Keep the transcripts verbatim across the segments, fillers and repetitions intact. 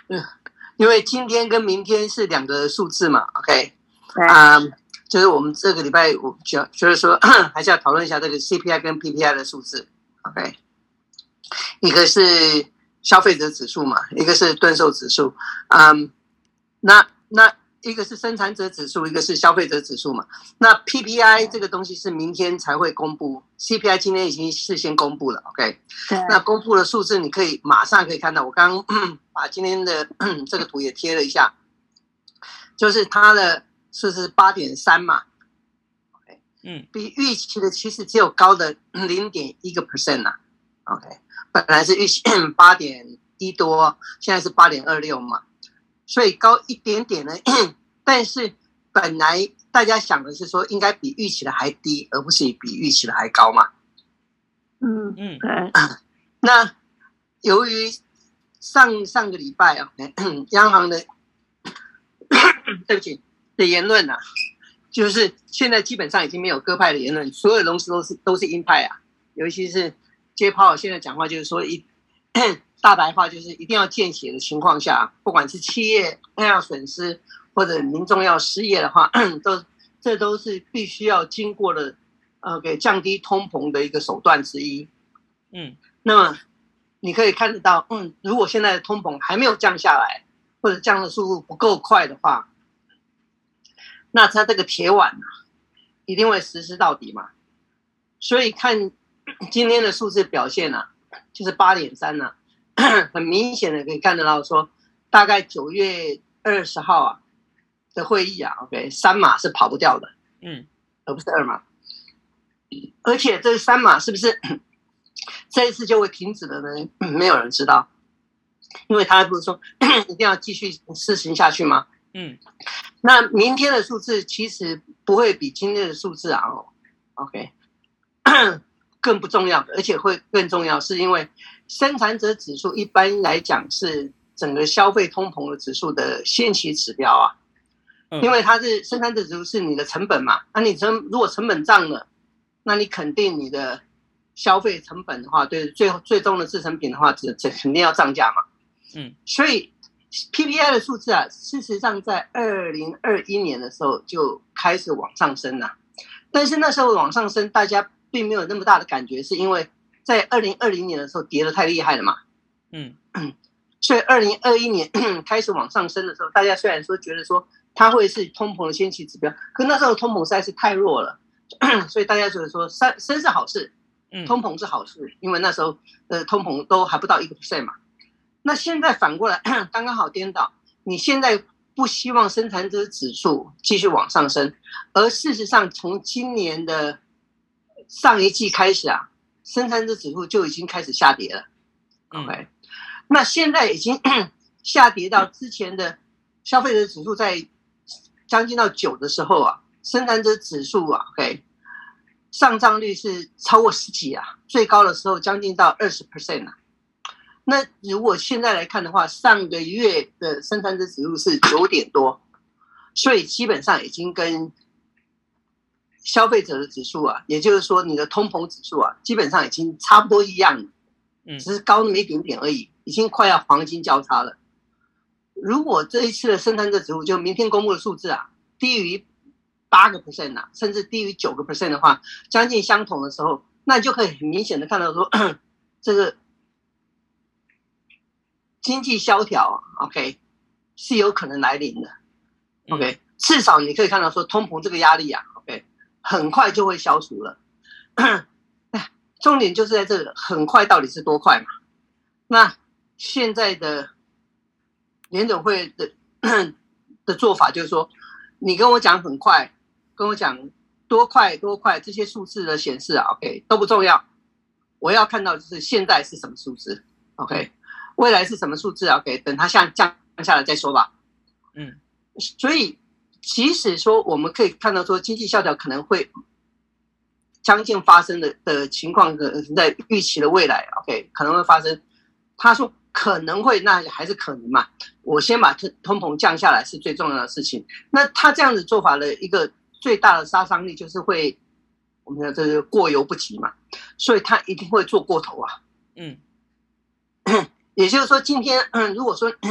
嗯，因为今天跟明天是两个数字嘛 ，OK， 啊、呃，就是我们这个礼拜我觉觉得说还是要讨论一下这个 C P I 跟 P P I 的数字 ，OK， 一个是消费者指数嘛，一个是蹲售指数，嗯，那那一个是生产者指数，一个是消费者指数嘛。那 P P I 这个东西是明天才会公布 ，C P I 今天已经事先公布了 ，OK。那公布的数字你可以马上可以看到，我刚刚把今天的这个图也贴了一下，就是它的数是 八点三 嘛，嗯，比预期的其实只有高的 零点一个 percent 啊 ，OK。本来是预期 八点一 多，现在是 八点二六 嘛。所以高一点点呢，但是本来大家想的是说应该比预期的还低，而不是比预期的还高嘛。 嗯嗯， 那由于上上个礼拜啊，央行的对不起的言论啊，就是现在基本上已经没有鸽派的言论，所有的东西都是都是鹰派啊，尤其是Jay Powell现在讲话就是说一。大白话就是一定要见血的情况下，不管是企业要损失或者民众要失业的话，都这都是必须要经过的，呃，给降低通膨的一个手段之一。嗯，那么你可以看得到，嗯，如果现在的通膨还没有降下来，或者降的速度不够快的话，那它这个铁腕啊，一定会实施到底嘛。所以看今天的数字表现啊，就是 八点三 啊。很明显的可以看得到说，大概九月二十号啊的会议啊 ，OK， 三码是跑不掉的，嗯，而不是二码。而且这三码是不是这一次就会停止了呢？没有人知道，因为他不是说一定要继续施行下去吗？嗯，那明天的数字其实不会比今天的数字啊 ，OK。更不重要的，而且会更重要，是因为生产者指数一般来讲是整个消费通膨的指数的先期指标啊，因为它是生产者指数是你的成本嘛，那你成如果成本涨了，那你肯定你的消费成本的话，对最最终的制成品的话，这这肯定要涨价嘛，嗯，所以 P P I 的数字啊，事实上在二零二一年的时候就开始往上升了，但是那时候往上升，大家并没有那么大的感觉，是因为在二零二零年的时候跌得太厉害了嘛，嗯，所以二零二一年开始往上升的时候，大家虽然说觉得说它会是通膨的先期指标，可那时候通膨实在是太弱了，所以大家觉得说升升是好事，通膨是好事，因为那时候呃通膨都还不到一个 percent 嘛。那现在反过来刚刚好颠倒，你现在不希望生产者指数继续往上升，而事实上从今年的上一季开始啊，生产者指数就已经开始下跌了。OK，、嗯、那现在已经下跌到之前的消费者指数在将近到九的时候啊，生产者指数啊 ，OK， 上涨率是超过十几啊，最高的时候将近到二十 percent 啊。那如果现在来看的话，上个月的生产者指数是九点多，所以基本上已经跟消费者的指数啊，也就是说你的通膨指数啊，基本上已经差不多一样了，只是高那么一点点而已，已经快要黄金交叉了。如果这一次的生产者指数就明天公布的数字啊，低于八个 percent 啊，甚至低于九个 percent 的话，将近相同的时候，那你就可以很明显的看到说，这个经济萧条 ，OK， 是有可能来临的 ，OK， 至少你可以看到说通膨这个压力啊 ，OK。很快就会消除了，重点就是在这个很快到底是多快嘛？那现在的联准会的的做法就是说，你跟我讲很快，跟我讲多快多快，这些数字的显示啊 ，OK 都不重要，我要看到就是现在是什么数字 ，OK， 未来是什么数字 ，OK， 等它下降下来再说吧。嗯，所以。即使说我们可以看到说经济萧条可能会将近发生的的情况，在预期的未来 ，OK 可能会发生。他说可能会，那还是可能嘛。我先把通膨降下来是最重要的事情。那他这样子做法的一个最大的杀伤力就是会，我们讲这是过犹不及嘛，所以他一定会做过头啊。嗯，也就是说今天，嗯，如果说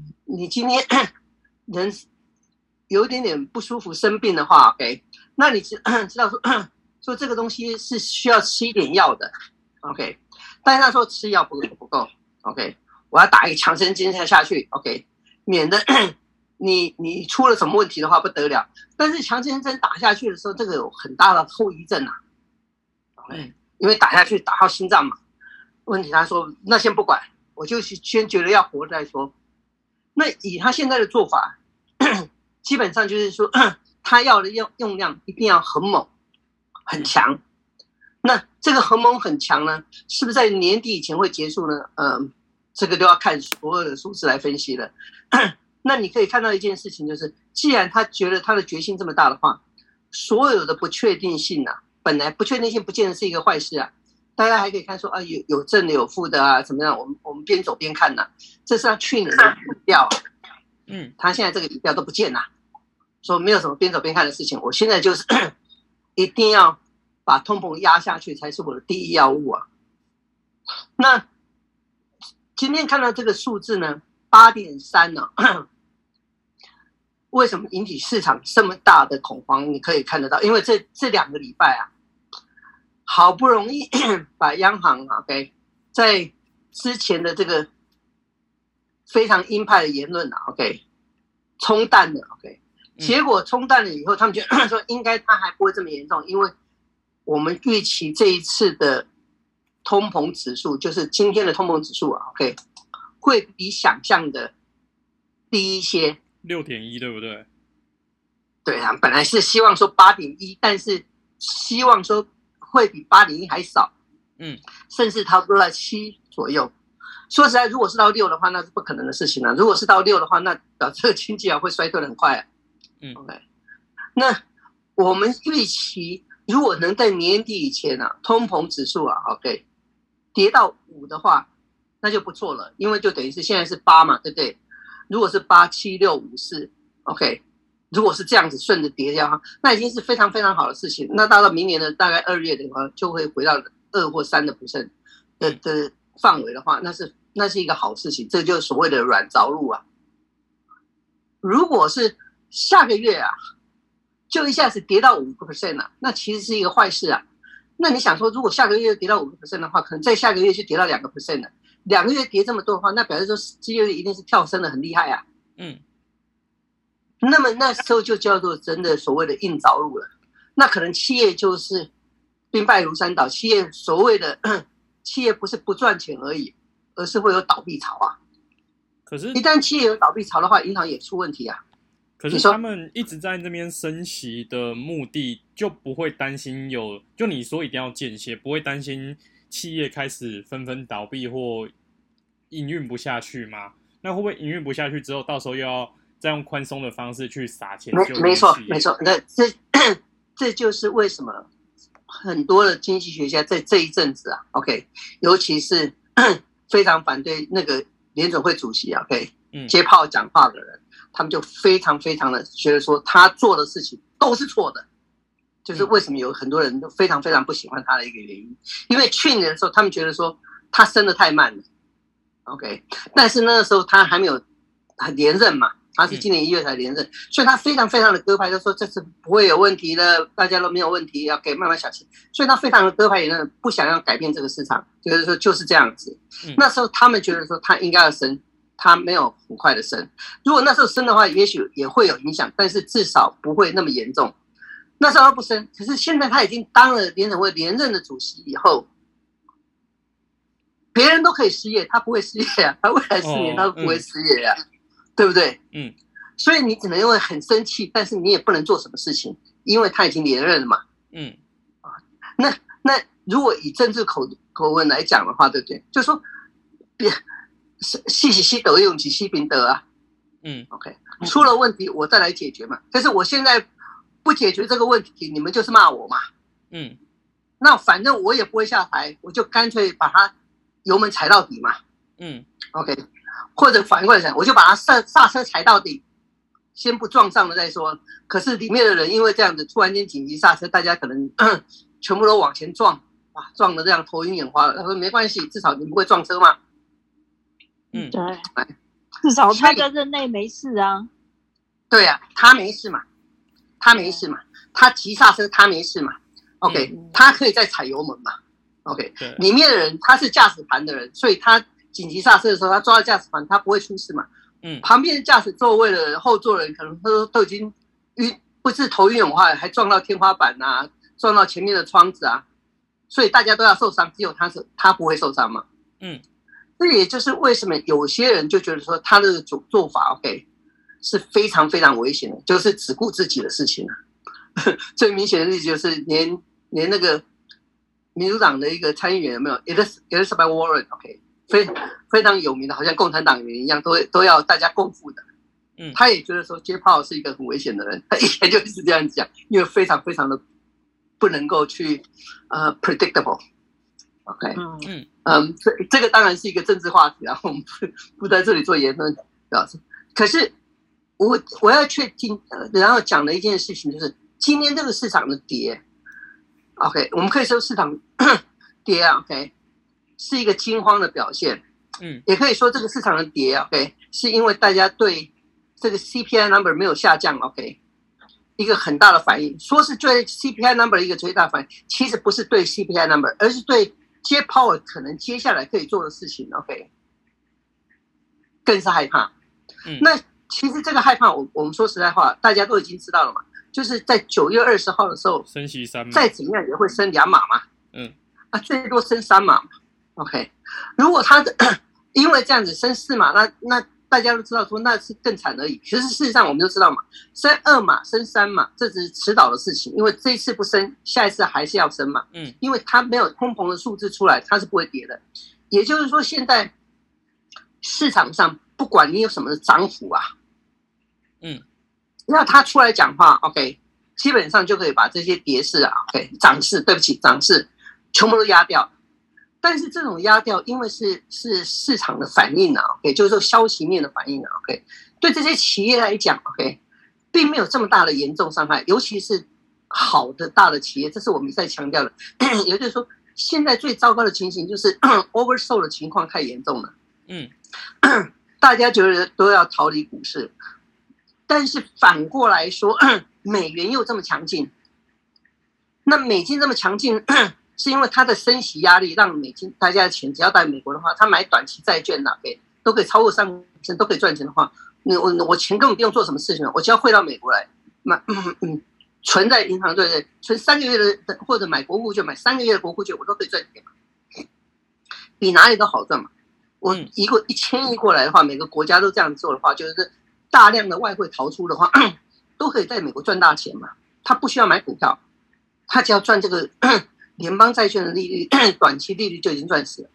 你今天人有一点点不舒服生病的话 ，OK， 那你知知道说说这个东西是需要吃一点药的 ，OK， 但是他说吃药不不够 ，OK， 我要打一个强身精神下去 ，OK， 免得你你出了什么问题的话不得了。但是强身针打下去的时候，这个有很大的后遗症啊 ，OK， 因为打下去打到心脏嘛。问题他说那先不管，我就先觉得要活再说。那以他现在的做法，基本上就是说他要的用用量一定要很猛很强。那这个很猛很强呢，是不是在年底以前会结束呢？嗯，这个都要看所有的数字来分析了。那你可以看到一件事情，就是既然他觉得他的决心这么大的话，所有的不确定性啊，本来不确定性不见得是一个坏事啊。大家还可以看说啊，有有正的有负的啊，怎么样？我们我们边走边看呐、啊。这是他去年的语调、啊，嗯，他现在这个语调都不见了，说没有什么边走边看的事情。我现在就是一定要把通膨压下去，才是我的第一要务啊。那今天看到这个数字呢，八点三呢，为什么引起市场这么大的恐慌？你可以看得到，因为这这两个礼拜啊。好不容易把央行 OK 在之前的这个非常鹰派的言论啊 OK 冲淡了 OK， 结果冲淡了以后，他们觉得说应该它还不会这么严重，因为我们预期这一次的通膨指数，就是今天的通膨指数啊 OK 会比想象的低一些， 六点一 对不对？ 对啊，本来是希望说 八点一， 但是希望说会比 八点一 还少，嗯，甚至差不多在七左右。说实在，如果是到六的话，那是不可能的事情了、啊。如果是到六的话，那表示这个经济啊会衰退得很快、啊。嗯 ，OK。那我们预期，如果能在年底以前啊，通膨指数啊 ，OK， 跌到五的话，那就不错了，因为就等于是现在是八嘛，对不对？如果是八七六五四 ，OK。如果是这样子顺着跌掉，那已经是非常非常好的事情。那到了明年的大概二月的话，就会回到二或三的 percent 的的范围的话，那是那是一个好事情。这就是所谓的软着陆啊。如果是下个月啊，就一下子跌到五个 percent 啊，那其实是一个坏事啊。那你想说，如果下个月跌到五个 percent 的话，可能再下个月就跌到两个 percent 了。两个月跌这么多的话，那表示说七月一定是跳升的很厉害啊。嗯。那么那时候就叫做真的所谓的硬着陆了，那可能企业就是兵败如山倒，企业所谓的企业不是不赚钱而已，而是会有倒闭潮啊。 可是， 一旦企业有倒闭潮的话，银行也出问题啊。 可是他们一直在那边升息的目的，就不会担心有，就你说一定要间歇，不会担心企业开始纷纷倒闭或营运不下去吗？那会不会营运不下去之后，到时候又要再用宽松的方式去撒钱？ 没没错没错，那这这就是为什么很多的经济学家在这一阵子啊 ，OK， 尤其是非常反对那个联准会主席 OK 接炮讲话的人，他们就非常非常的觉得说他做的事情都是错的，就是为什么有很多人都非常非常不喜欢他的一个原因。因为去年的时候，他们觉得说他升得太慢了 ，OK， 但是那个时候他还没有连任嘛。他是今年一月才连任，嗯、所以他非常非常的鸽派，就说这次不会有问题的，大家都没有问题，要给慢慢小心。所以他非常的鸽派，也不想要改变这个市场，就是说就是这样子。嗯、那时候他们觉得说他应该要升，他没有很快的升。如果那时候升的话，也许也会有影响，但是至少不会那么严重。那时候他不升，可是现在他已经当了联准会连任的主席以后，别人都可以失业，他不会失业啊，他未来四年他都不会失业啊。哦嗯对不对？嗯，所以你只能因为很生气，但是你也不能做什么事情，因为他已经连任了嘛。嗯，啊，那那如果以政治口口吻来讲的话，对不对？就说别细细细得用起细平得啊。嗯 ，OK， 出了问题我再来解决嘛。但是我现在不解决这个问题，你们就是骂我嘛。嗯，那反正我也不会下台，我就干脆把它油门踩到底嘛。嗯 ，OK。或者反过来讲，我就把它刹刹车踩到底，先不撞上了再说。可是里面的人因为这样子突然间紧急刹车，大家可能全部都往前撞，哇，撞得这样头晕眼花了。他说没关系，至少你不会撞车嘛。嗯，对。 至少他在任内没事啊。 对啊，他没事嘛，他没事嘛，他急刹车，他没事嘛。OK，、嗯、他可以再踩油门嘛。OK， 里面的人他是驾驶盘的人，所以他紧急刹车的时候，他抓到驾驶盘，他不会出事嘛。嗯，旁边的驾驶座位的人、后座的人可能都都已经晕，不是头晕眼花，还撞到天花板啊，撞到前面的窗子啊，所以大家都要受伤，只有他是他不会受伤嘛。嗯，这也就是为什么有些人就觉得说他的做做法 OK 是非常非常危险的，就是只顾自己的事情啊。最明显的例子就是连连那个民主党的一个参议员有没有 Elizabeth Warren OK 非非常有名的，好像共产党员一样，都都要大家共赴的。嗯，他也觉得说 Jay Powell 是一个很危险的人，他以前就是这样讲，因为非常非常的不能够去呃 predictable。OK， 嗯嗯，这这个当然是一个政治话题啊，我们不不在这里做言论表示。可是我我要确定，呃，然后讲的一件事情就是，今天这个市场的跌 ，OK， 我们可以说市场跌啊 ，OK， 是一个惊慌的表现，嗯，也可以说这个市场的跌 ，OK， 是因为大家对这个 C P I number 没有下降 ，OK， 一个很大的反应，说是对 C P I number 的一个最大反应，其实不是对 C P I number， 而是对Jay Powell 可能接下来可以做的事情 ，OK， 更是害怕。嗯，那其实这个害怕，我我们说实在话，大家都已经知道了嘛，就是在九月二十号的时候， 升息三码， 再怎么样也会升两码嘛， 嗯， 啊，最多升三码嘛 ，OK， 如果他的因为这样子升四码，那那大家都知道说那是更惨而已。其实事实上我们就知道嘛，升二码、升三码，这只是迟早的事情，因为这一次不升，下一次还是要升嘛。嗯，因为它没有通膨的数字出来，它是不会跌的。也就是说，现在市场上不管你有什么涨幅啊，嗯，那他出来讲话 ，OK， 基本上就可以把这些跌势啊 ，OK， 涨势，对不起，涨势全部都压掉。但是这种压掉，因为是是市场的反应啊 ，OK， 就是说消息面的反应啊 ，OK， 对这些企业来讲 ，OK， 并没有这么大的严重伤害，尤其是好的大的企业，这是我们一再强调的。也就是说，现在最糟糕的情形就是 oversold 的情况太严重了，嗯，大家觉得都要逃离股市，但是反过来说，美元又这么强劲，那美金这么强劲。是因为它的升息压力让美金大家的钱只要在美国的话，他买短期债券啊，给都可以超过三 percent 都可以赚钱的话，我我钱根本不用做什么事情，我只要汇到美国来买，嗯嗯，存在银行，对对，存三个月的或者买国库券，买三个月的国库券，我都可以赚钱嘛，比哪里都好赚嘛。我一个一千亿过来的话，每个国家都这样做的话，就是大量的外汇逃出的话，都可以在美国赚大钱嘛。他不需要买股票，他只要赚这个。联邦债券的利率，短期利率就已经赚死了。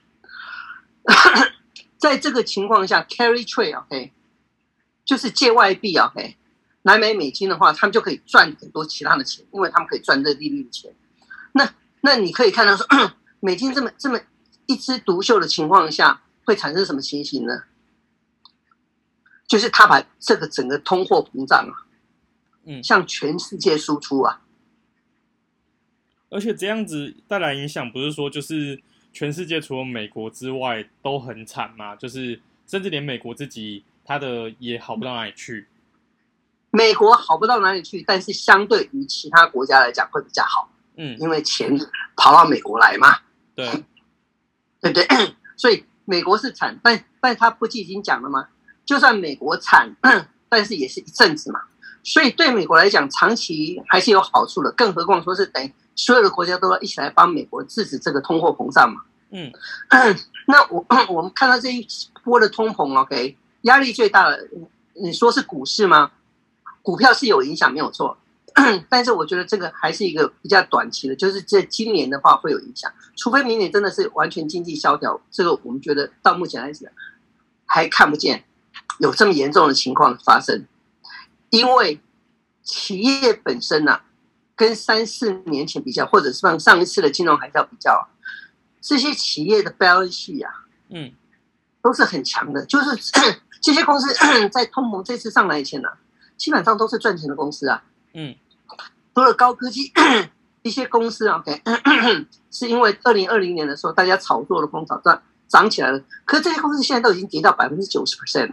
在这个情况下 ，carry trade OK， 就是借外币 OK 来买美金的话，他们就可以赚很多其他的钱，因为他们可以赚这利率的钱。那那你可以看到说，美金这么这么一枝独秀的情况下，会产生什么情形呢？就是他把这个整个通货膨胀啊，嗯，向全世界输出啊。 而且这样子带来影响，不是说就是全世界除了美国之外都很惨嘛？就是甚至连美国自己，它的也好不到哪里去。 美国好不到哪里去，但是相对于其他国家来讲会比较好，嗯，因为钱跑到美国来嘛， 对， 对不对？所以美国是惨，但但他不是已经讲了吗？就算美国惨，但是也是一阵子嘛，所以对美国来讲，长期还是有好处的，更何况说是等于。所有的国家都要一起来帮美国制止这个通货膨胀嘛？嗯，那我我们看到这一波的通膨 ，OK， 压力最大的，你说是股市吗？股票是有影响，没有错，但是我觉得这个还是一个比较短期的，就是这今年的话会有影响，除非明年真的是完全经济萧条，这个我们觉得到目前来讲还看不见有这么严重的情况发生，因为企业本身呢、啊。跟三四年前比较，或者是上上一次的金融海啸比较啊，这些企业的 balance sheet 啊，嗯，都是很强的。就是这些公司在通膨这次上来以前呢、啊，基本上都是赚钱的公司啊，嗯，除了高科技一些公司 ，OK， 是因为二零二零年的时候大家炒作的风潮涨涨起来了，可是这些公司现在都已经跌到百分之九十 percent 了。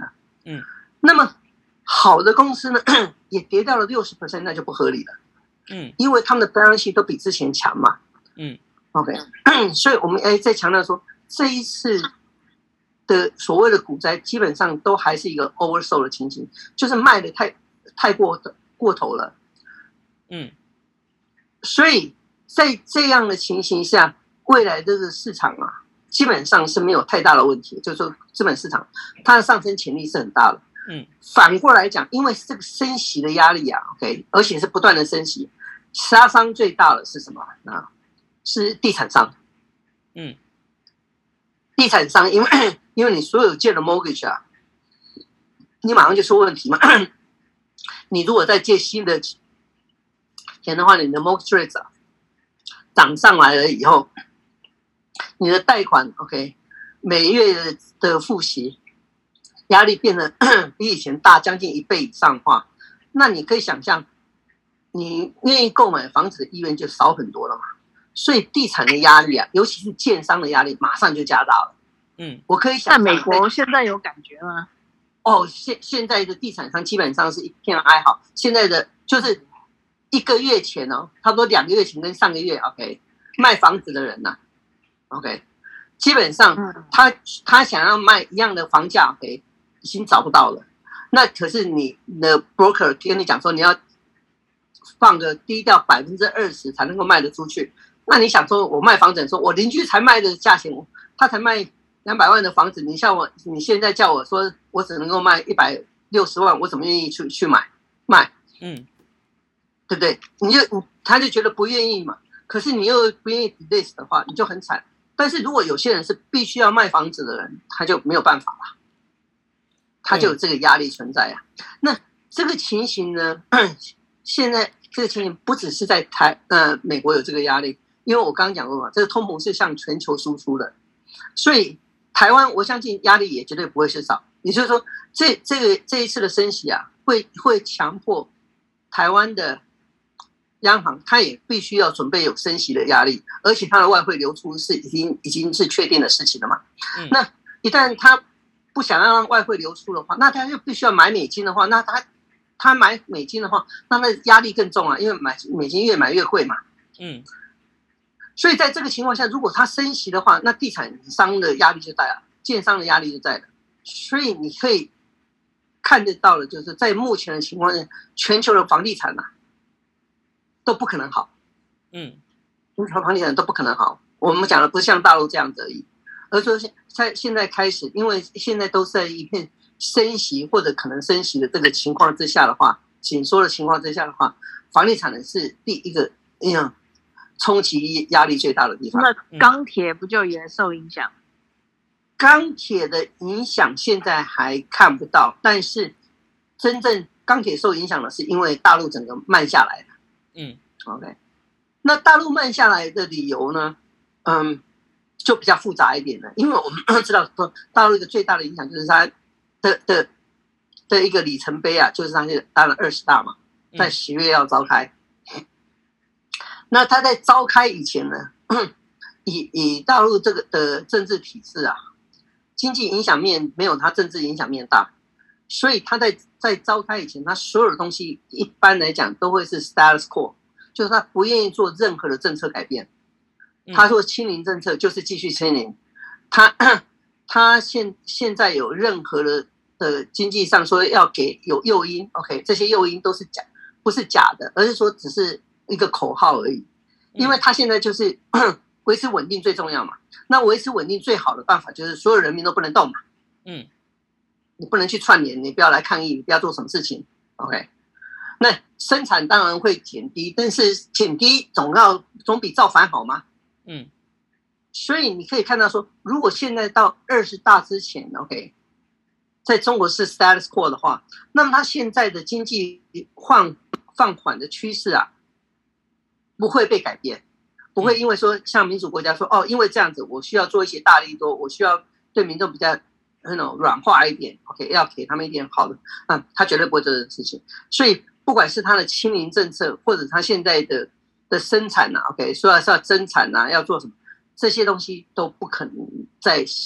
嗯， 那么好的公司呢也跌掉了 百分之六十， 那就不合理了。 嗯， 因为他们的 balance sheet 都比之前强嘛。 嗯 ，OK， 所以我们哎在强调说，这一次的所谓的股灾，基本上都还是一个 oversold 的情形，就是卖的太太过过头了。 嗯， 所以在这样的情形下，未来这个市场啊，基本上是没有太大的问题，就是说资本市场它的上升潜力是很大的。 嗯， 反过来讲，因为这个升息的压力啊 ，OK， 而且是不断的升息，杀伤最大的是什么啊？是地产商。 嗯， 地产商因为因为你所有借的 mortgage 啊，你马上就出问题嘛。你如果再借新的钱的话，你的 mortgage rate 啊涨上来了以后，你的贷款 OK 每月的付息压力变得比以前大将近一倍以上的话，那你可以想象，你愿意购买房子的意愿就少很多了嘛。所以地产的压力啊，尤其是建商的压力，马上就加大了。 嗯， 我可以想象， 在美国现在有感觉吗？ 哦，现现在的地产商基本上是一片哀嚎。现在的就是一个月前哦，差不多两个月前跟上个月 ，OK， 卖房子的人呐、啊、，OK， 基本上他他想要卖一样的房价 ，OK， 已经找不到了。那可是你的 broker 跟你讲说，你要放个低调百分之二十才能够卖得出去。那你想说，我卖房子，说我邻居才卖的价钱，他才卖两百万的房子，你像我，你现在叫我说我只能够卖一百六十万，我怎么愿意去去买卖？ 嗯， 对不对？你就他就觉得不愿意嘛。可是你又不愿意 delist 的话，你就很惨。但是如果有些人是必须要卖房子的人，他就没有办法了，他就有这个压力存在啊。那这个情形呢，现在这个情形不只是在台呃美国有这个压力。因为我刚刚讲过嘛，这个通膨是向全球输出的，所以台湾我相信压力也绝对不会是少。也就是说，这这个这一次的升息啊，会会强迫台湾的央行，它也必须要准备有升息的压力，而且它的外汇流出是已经已经是确定的事情了嘛。 嗯、 那一旦它不想要让外汇流出的话，那它就必须要买美金的话，那它它买美金的话，那那压力更重啊，因为买美金越买越贵嘛。 嗯。 所以在这个情况下，如果它升息的话，那地产商的压力就在了，建商的压力就在了。所以你可以看得到的，就是在目前的情况下，全球的房地产啊都不可能好。 嗯， 全球房地产都不可能好。我们讲的不是像大陆这样子而已，而说在现在开始，因为现在都是在一片升息或者可能升息的这个情况之下的话，紧缩的情况之下的话，房地产呢是第一个嗯。冲击压力最大的地方。 那钢铁不就也受影响？ 钢铁的影响现在还看不到，但是真正钢铁受影响的是因为大陆整个慢下来了。 嗯 ，OK， 那大陆慢下来的理由呢？嗯，就比较复杂一点了，因为我们知道说大陆一个最大的影响就是它的的的一个里程碑啊，就是它是当然二十大嘛，在十月要召开。嗯，那他在召开以前呢，以以大陆这个的政治体制啊，经济影响面没有他政治影响面大，所以他在在召开以前，他所有的东西一般来讲都会是 status quo， 就是他不愿意做任何的政策改变。他说清零政策就是继续清零，他他现现在有任何的的经济上说要给有诱因 ，OK， 这些诱因都是假，不是假的，而是说只是一个口号而已，因为他现在就是维持稳定最重要嘛。那维持稳定最好的办法就是所有人民都不能动嘛。 嗯， 你不能去串联，你不要来抗议，你不要做什么事情。OK， 那生产当然会减低，但是减低总要总比造反好吗？ 嗯， 所以你可以看到说，如果现在到二十大之前 ，OK， 在中国是 status quo 的话，那么它现在的经济放放缓的趋势啊，不会被改变，不会因为说像民主国家说哦，因为这样子我需要做一些大力多，我需要对民众比较那种软化一点 ，OK， 要给他们一点好的，嗯，他绝对不会做这个事情。所以不管是他的清零政策，或者他现在的的生产啊 ，OK， 说要是要增产啊，要做什么，这些东西都不可能在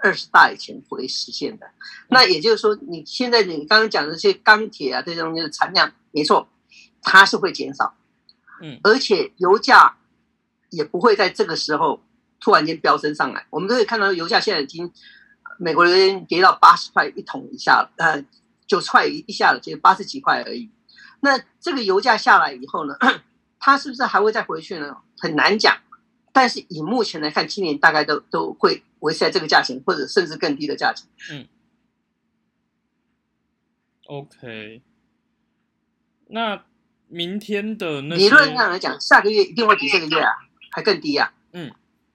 二十大以前会实现的。那也就是说，你现在你刚刚讲的这些钢铁啊这些东西的产量，没错，它是会减少， 嗯， 而且油价也不会在这个时候突然间飙升上来。我们都可以看到，油价现在已经美国油价跌到八十块一桶以下了，呃，九十块以下了，就八十几块而已。那这个油价下来以后呢，它是不是还会再回去呢？很难讲。但是以目前来看，今年大概都都会维持在这个价钱，或者甚至更低的价钱。 嗯 ，OK。那明天的那些理论上来讲，下个月一定会比这个月啊还更低啊。 嗯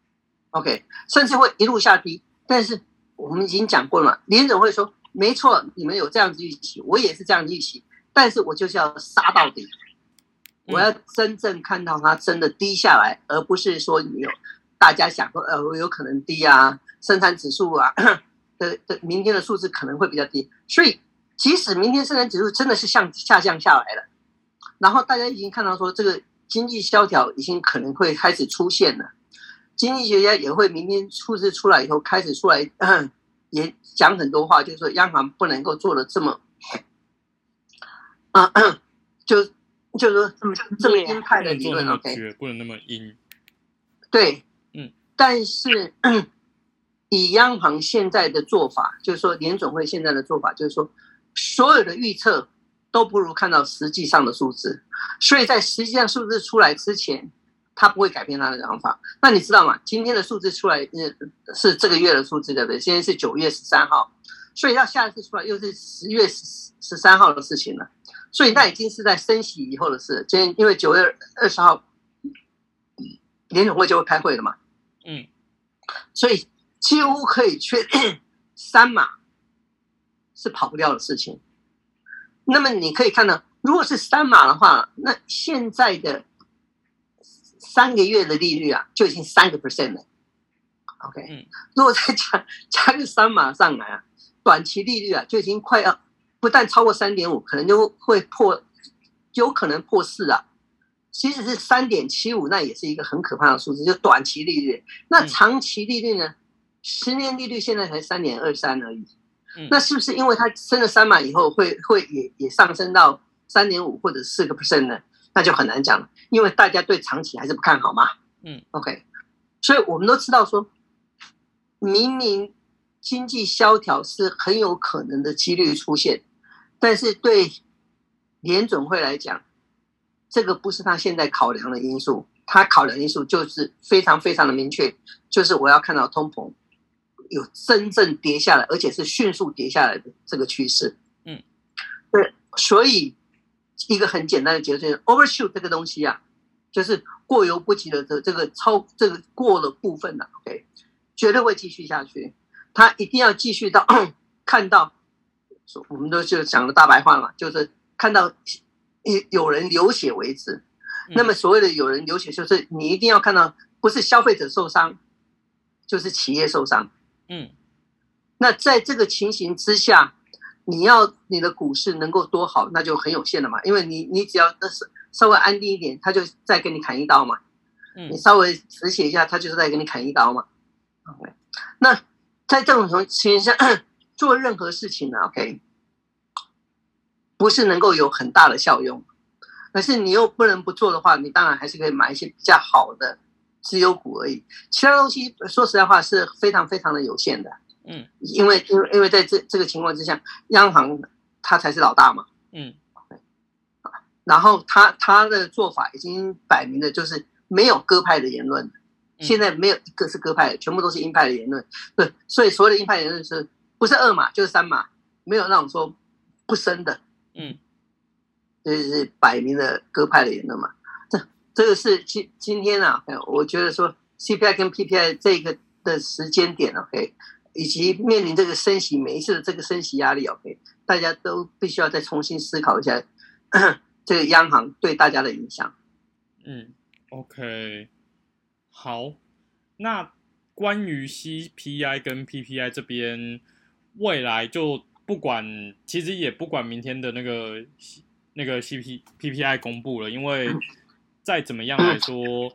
，OK， 甚至会一路下低。但是我们已经讲过了嘛，联总会说没错，你们有这样子预期，我也是这样预期，但是我就是要杀到底。我要真正看到它真的低下来，而不是说你有大家想说，呃，有可能低啊，生产指数啊的的明天的数字可能会比较低。所以，即使明天生产指数真的是向下降下来了，然后大家已经看到说这个经济萧条已经可能会开始出现了，经济学家也会明天数字出来以后开始出来，呃、也讲很多话，就是说央行不能够做的这么啊，就。就是说这么这么鹰派的理论 ，OK， 不能那么阴。 对， 嗯， 但是以央行现在的做法，就是说联准会现在的做法，就是说所有的预测都不如看到实际上的数字，所以在实际上数字出来之前，他不会改变他的想法。那你知道吗？今天的数字出来是这个月的数字，对不对？现在是九月十三号，所以到下一次出来又是十月十三号的事情了。所以那已经是在升息以后的事。今天因为九月二十号联总会就会开会了嘛， 嗯， 所以几乎可以确定三码是跑不掉的事情。那么你可以看到，如果是三码的话，那现在的三个月的利率啊，就已经三个 percent 了。OK，、嗯、如果再加加个三码上来啊，短期利率啊就已经快要。不但超过 三点五， 可能就会破，有可能破四啊。即使是 三点七五， 那也是一个很可怕的数字，就短期利率。那长期利率呢？十年利率现在才 三点二三 而已。那是不是因为它升了三码以后会会也也上升到 三点五 或者 四个 percent 呢？那就很难讲了，因为大家对长期还是不看好嘛。 嗯 ，OK， 所以我们都知道说，明明经济萧条是很有可能的几率出现。但是对联准会来讲，这个不是他现在考量的因素，他考量因素就是非常非常的明确，就是我要看到通膨有真正跌下来，而且是迅速跌下来的这个趋势。 嗯， 对，所以一个很简单的结论 ，overshoot 这个东西啊，就是过犹不及的这个超这个过了部分啊 ，OK， 绝对会继续下去，他一定要继续到看到。我们都就讲的大白话嘛，就是看到有人流血为止。那么所谓的有人流血，就是你一定要看到，不是消费者受伤，就是企业受伤。 嗯， 那在这个情形之下，你要你的股市能够多好，那就很有限了嘛，因为你你只要稍微安定一点，他就再给你砍一刀嘛。你稍微止血一下，他就是再给你砍一刀嘛。OK， 那在这种情形下。做任何事情呢 ，OK， 不是能够有很大的效用，可是你又不能不做的话，你当然还是可以买一些比较好的资优股而已。其他东西说实在话是非常非常的有限的， 嗯， 因为因为因为在这这个情况之下，央行它才是老大嘛， 嗯， 然后他他的做法已经摆明的就是没有鸽派的言论，现在没有一个是鸽派的，全部都是鹰派的言论，对，所以所有的鹰派言论是。不是二码就是三码，没有那种说不升的， 嗯， 这是摆明的鸽派的言论嘛。这这个是今今天啊，我觉得说 C P I 跟 P P I 这个的时间点 ，OK， 以及面临这个升息每一次的这个升息压力 ，OK， 大家都必须要再重新思考一下这个央行对大家的影响。 嗯 ，OK， 好，那关于 C P I 跟 P P I 这边。未来就不管，其实也不管明天的那个那个 C P P P I 公布了，因为再怎么样来说，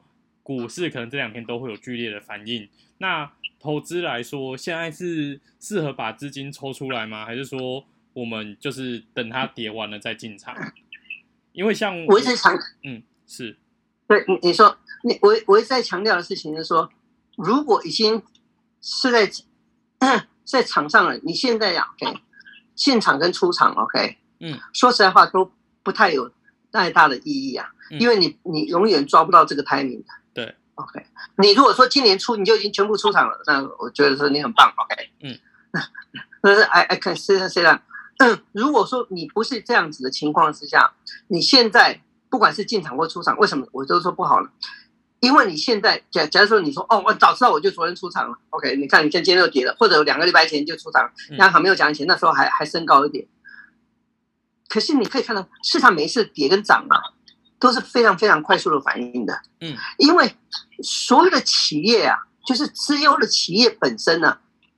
股市可能这两天都会有剧烈的反应。那投资来说，现在是适合把资金抽出来吗？还是说我们就是等它跌完了再进场？因为像我一直强， 嗯，是对你你说，你我我一直在强调的事情是说，如果已经是在在场上了，你现在呀 ，OK， 进场跟出场 ，OK， 嗯， 说实在话都不太有太大的意义啊， 嗯、 因为你你永远抓不到这个 timing 的。 对 ，OK， 你如果说今年初你就已经全部出场了，那我觉得说你很棒 ，OK， 嗯，但是 I I can say that， 嗯，如果说你不是这样子的情况之下，你现在不管是进场或出场，为什么我都说不好了？因为你现在假假如说你说哦，我早知道我就昨天出场了 ，OK， 你看你看今天又跌了，或者两个礼拜前就出场，央行没有讲钱，那时候还还升高一点。可是你可以看到市场每一次跌跟涨啊，都是非常非常快速的反应的，嗯，因为所有的企业啊，就是资优的企业本身呢、啊，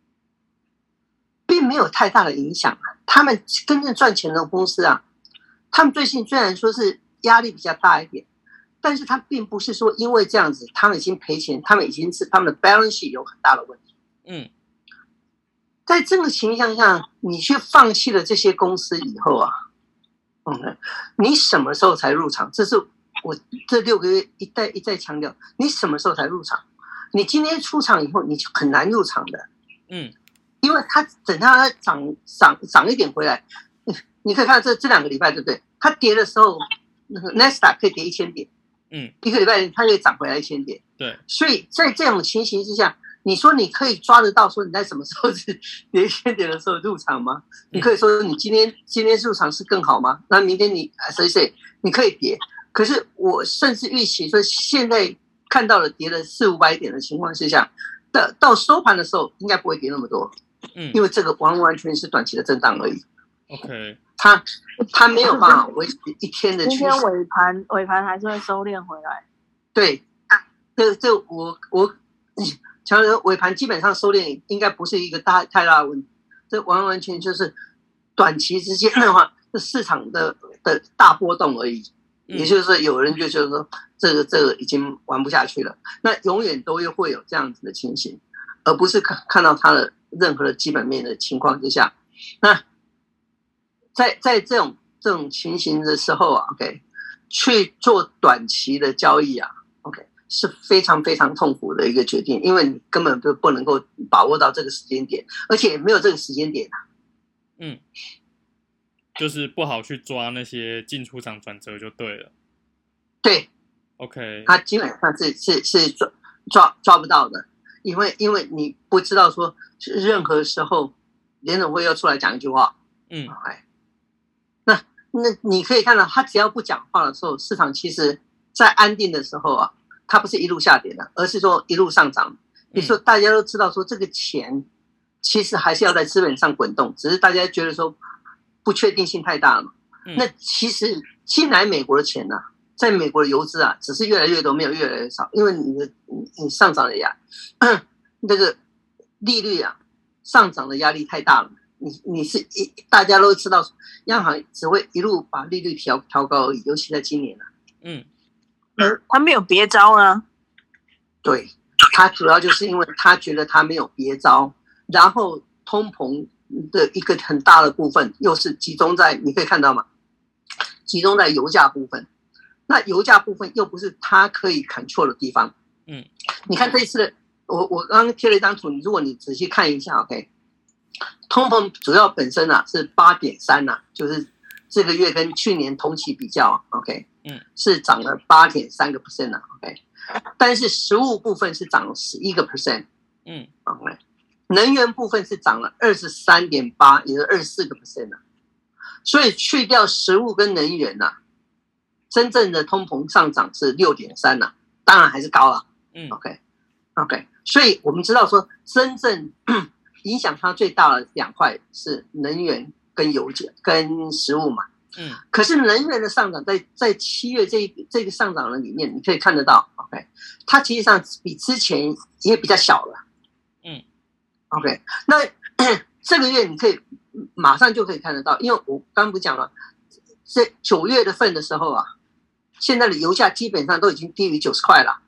并没有太大的影响啊。他们真正赚钱的公司啊，他们最近虽然说是压力比较大一点。但是他并不是说因为这样子，他们已经赔钱，他们已经是他们的 balance sheet 有很大的问题。嗯，在这个情况下，你去放弃了这些公司以后啊，嗯，你什么时候才入场？这是我这六个月一再一再强调，你什么时候才入场？你今天出场以后，你就很难入场的。嗯，因为它等它涨涨涨一点回来，你可以看这这两个礼拜，对不对？它跌的时候，那个 Nasdaq 可以跌一千点。嗯，一个礼拜它可以涨回来一千点，对，所以在这种情形之下，你说你可以抓得到说你在什么时候是跌一千点的时候入场吗？你可以说你今天今天入场是更好吗？那明天你谁谁你可以跌，可是我甚至预期说现在看到了跌了四五百点的情况之下，到到收盘的时候应该不会跌那么多，嗯，因为这个完完全是短期的震荡而已。OK。它它没有办法维持一天的趋势。 今天尾盘尾盘还是会收敛回来。 对，这这我我强调尾盘基本上收敛应该不是一个大太大的问题，这完完全就是短期之间的话，这市场的的大波动而已。也就是说，有人就觉得说这个这个已经玩不下去了，那永远都会有这样子的情形，而不是看看到它的任何的基本面的情况之下，那。在在这种这种情形的时候啊 ，OK， 去做短期的交易啊 ，OK， 是非常非常痛苦的一个决定，因为你根本就不能够把握到这个时间点，而且也没有这个时间点啊。 嗯，就是不好去抓那些进出场转折就对了。 对 ，OK， 他基本上是是是抓抓抓不到的，因为因为你不知道说任何时候联总会要出来讲一句话，嗯，哎。那你可以看到，他只要不讲话的时候，市场其实在安定的时候啊，它不是一路下跌的，而是说一路上涨。你说大家都知道说这个钱其实还是要在资本上滚动，只是大家觉得说不确定性太大了。那其实进来美国的钱呢、啊，在美国的游资啊，只是越来越多，没有越来越少，因为你的你上涨的压，那个利率啊上涨的压力太大了。你你是一大家都知道，央行只会一路把利率调调高而已，尤其在今年啊。嗯， 他没有别招啊。 对，他主要就是因为他觉得他没有别招，然后通膨的一个很大的部分又是集中在，你可以看到吗？集中在油价部分。那油价部分又不是他可以 control 的地方。嗯，你看这一次的，我我刚刚贴了一张图，如果你仔细看一下 ，OK。通膨主要本身啊是 八点三 啊，就是这个月跟去年同期比较 ，OK， 嗯，是涨了 八点三 个 percent 啊 ，OK， 但是食物部分是涨了十一个 percent， 嗯 ，OK， 能源部分是涨了 二十三点八， 也是二十四个 percent 啊，所以去掉食物跟能源啊，真正的通膨上涨是 六点三 啊，当然还是高了，嗯 ，OK，OK，、okay, okay, 所以我们知道说真正影响它最大的两块是能源跟油价跟食物嘛，嗯，可是能源的上涨在在七月这这个上涨的里面，你可以看得到 ，OK， 它其实上比之前也比较小了，嗯 ，OK， 那这个月你可以马上就可以看得到，因为我刚不讲了，在九月的份的时候啊，现在的油价基本上都已经低于九十块了，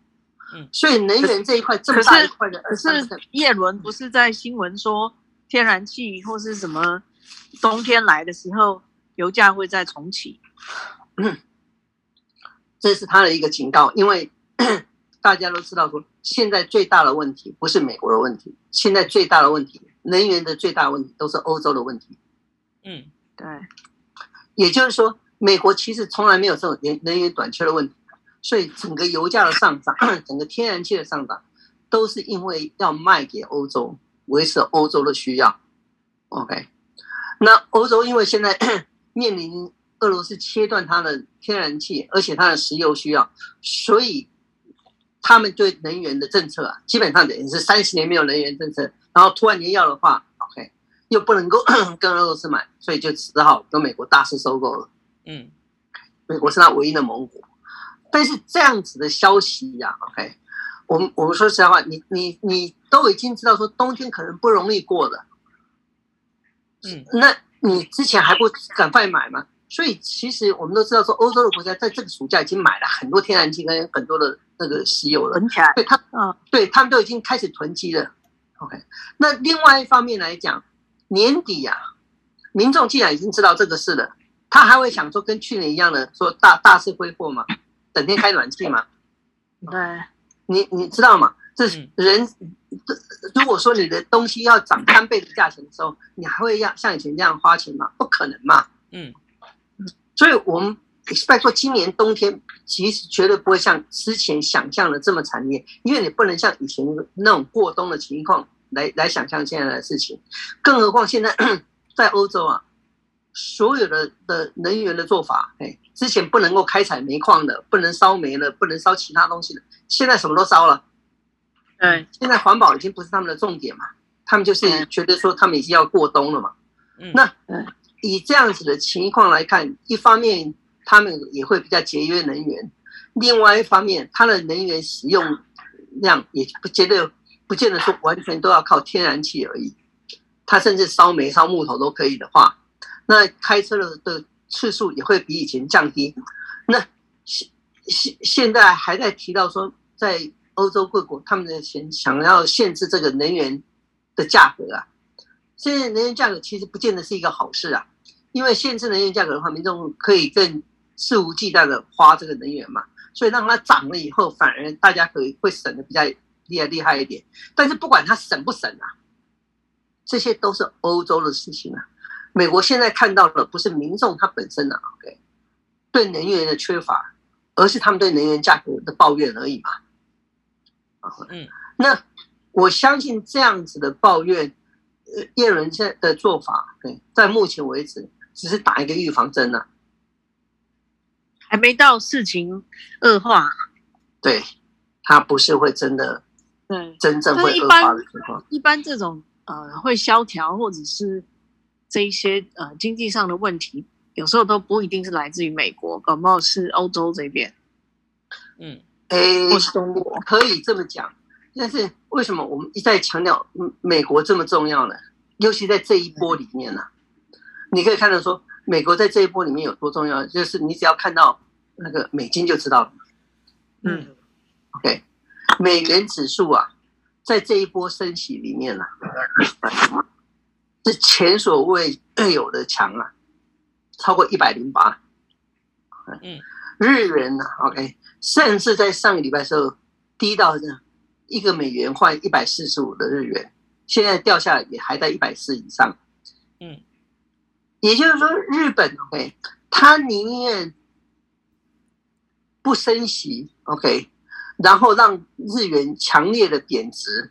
嗯， 所以能源这一块这么可是大一块的， 可是叶伦不是在新闻说天然气或是什么冬天来的时候油价会再重启？ 嗯，这是他的一个警告，因为大家都知道说，现在最大的问题不是美国的问题，现在最大的问题，能源的最大的问题都是欧洲的问题。 嗯， 对， 也就是说，美国其实从来没有这种能源短缺的问题，所以整个油价的上涨，整个天然气的上涨，都是因为要卖给欧洲，维持欧洲的需要。OK， 那欧洲因为现在面临俄罗斯切断它的天然气，而且它的石油需要，所以他们对能源的政策啊，基本上等于是三十年没有能源政策，然后突然间要的话 ，OK， 又不能够跟俄罗斯买，所以就只好跟美国大肆收购了。 嗯， 美国是他唯一的盟国。但是这样子的消息呀、啊、，OK， 我们我们说实在话，你你你都已经知道说冬天可能不容易过的， 嗯， 那你之前还不赶快买吗？所以其实我们都知道说，欧洲的国家在这个暑假已经买了很多天然气跟很多的那个石油了， 囤起来， 对他， 嗯， 对他们都已经开始囤积了。OK， 那另外一方面来讲，年底呀、啊，民众既然已经知道这个事了，他还会想说跟去年一样的说大大肆挥霍吗？整天开暖气吗？ 对， 你你知道吗？这人如果说你的东西要涨三倍的价钱的时候，你还会要像以前这样花钱吗？不可能嘛。 嗯， 所以我们 expect 说今年冬天其实绝对不会像之前想象的这么惨烈，因为你不能像以前那种过冬的情况来来想象现在的事情，更何况现在在欧洲啊，所有的的能源的做法，哎，之前不能够开采煤矿的，不能烧煤了，不能烧其他东西的，现在什么都烧了。 对， 现在环保已经不是他们的重点嘛，他们就是觉得说他们已经要过冬了嘛。 嗯， 那以这样子的情况来看，一方面他们也会比较节约能源，另外一方面，它的能源使用量也不见得不见得说完全都要靠天然气而已，它甚至烧煤、烧木头都可以的话，那开车的的次数也会比以前降低。那现现现在还在提到说，在欧洲各国他们的想想要限制这个能源的价格啊，现在能源价格其实不见得是一个好事啊，因为限制能源价格的话，民众可以更肆无忌惮的花这个能源嘛，所以让它涨了以后，反而大家可以会省的比较厉害厉害一点。但是不管它省不省啊，这些都是欧洲的事情啊。美国现在看到的不是民众他本身啊 ，OK， 对能源的缺乏，而是他们对能源价格的抱怨而已嘛。 嗯， 那我相信这样子的抱怨，呃，叶伦现在的做法，对，在目前为止只是打一个预防针啊， 还没到事情恶化。 对，他不是会真的， 对， 真正会恶化的情况。 一般这种呃会萧条或者是这一些呃经济上的问题，有时候都不一定是来自于美国，搞不好是欧洲这边。 嗯。 诶， 或是中国可以这么讲，但是为什么我们一再强调美国这么重要呢？尤其在这一波里面呢、啊，你可以看到说，美国在这一波里面有多重要，就是你只要看到那个美金就知道了。 嗯 ，OK， 美元指数啊，在这一波升息里面呢、啊，是前所未有的强啊，超过一百零八。 嗯， 日元呢、啊、，OK。甚至在上个礼拜的时候低到一个美元换一百四十五的日元，现在掉下来也还在一百四以上。 嗯， 也就是说，日本 OK， 他宁愿不升息 OK， 然后让日元强烈的贬值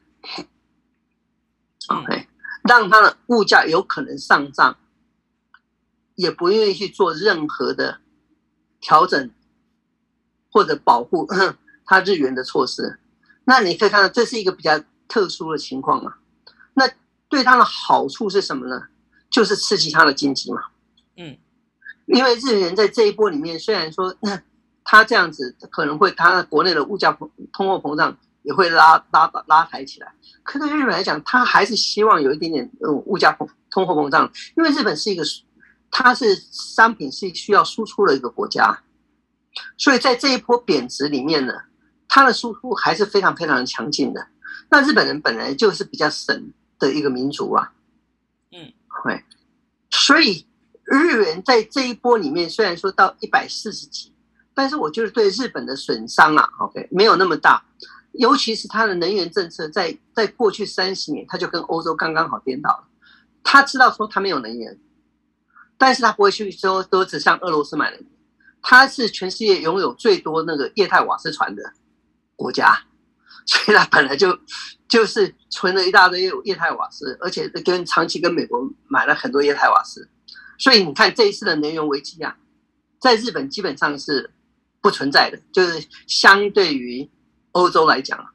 OK， 让它的物价有可能上涨，也不愿意去做任何的调整或者保护它日元的措施。那你可以看到这是一个比较特殊的情况啊。那对它的好处是什么呢？就是刺激它的经济嘛。 嗯， 因为日元在这一波里面，虽然说它这样子可能会它国内的物价通货膨胀也会拉拉拉抬起来，可对日本来讲，它还是希望有一点点物价通货膨胀，因为日本是一个它是商品是需要输出的一个国家。所以在这一波贬值里面呢， 它的输出还是非常非常强劲的。那日本人本来就是比较省的一个民族啊， 嗯， 对，所以日元在这一波里面虽然说到一百四十几，但是我觉得对日本的损伤啊 ，OK 没有那么大，尤其是它的能源政策在在过去三十年，它就跟欧洲刚刚好颠倒了。他知道说他没有能源，但是他不会去说都只向俄罗斯买能源，他是全世界拥有最多那个液态瓦斯船的国家，所以他本来就就是存了一大堆液态瓦斯，而且跟长期跟美国买了很多液态瓦斯，所以你看这一次的能源危机啊，在日本基本上是不存在的，就是相对于欧洲来讲，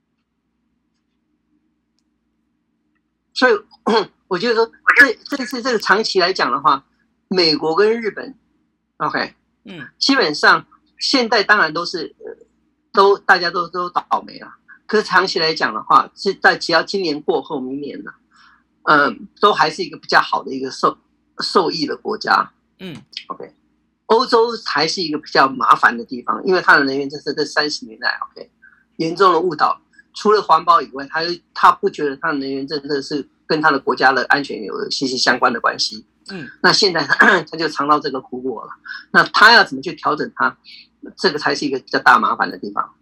所以我觉得说这这次这个长期来讲的话，美国跟日本 ，OK， 嗯， 基本上现在当然都是都大家都都倒霉了，可是长期来讲的话，是在只要今年过后，明年呢，嗯，都还是一个比较好的一个受受益的国家， 嗯 ，OK。欧洲还是一个比较麻烦的地方，因为它的能源政策这三十年来 ，OK， 严重的误导。除了环保以外，他他不觉得他的能源政策是跟他的国家的安全有息息相关的关系。 嗯， 那现在他就尝到这个苦果了。那他要怎么去调整它，这个才是一个比较大麻烦的地方。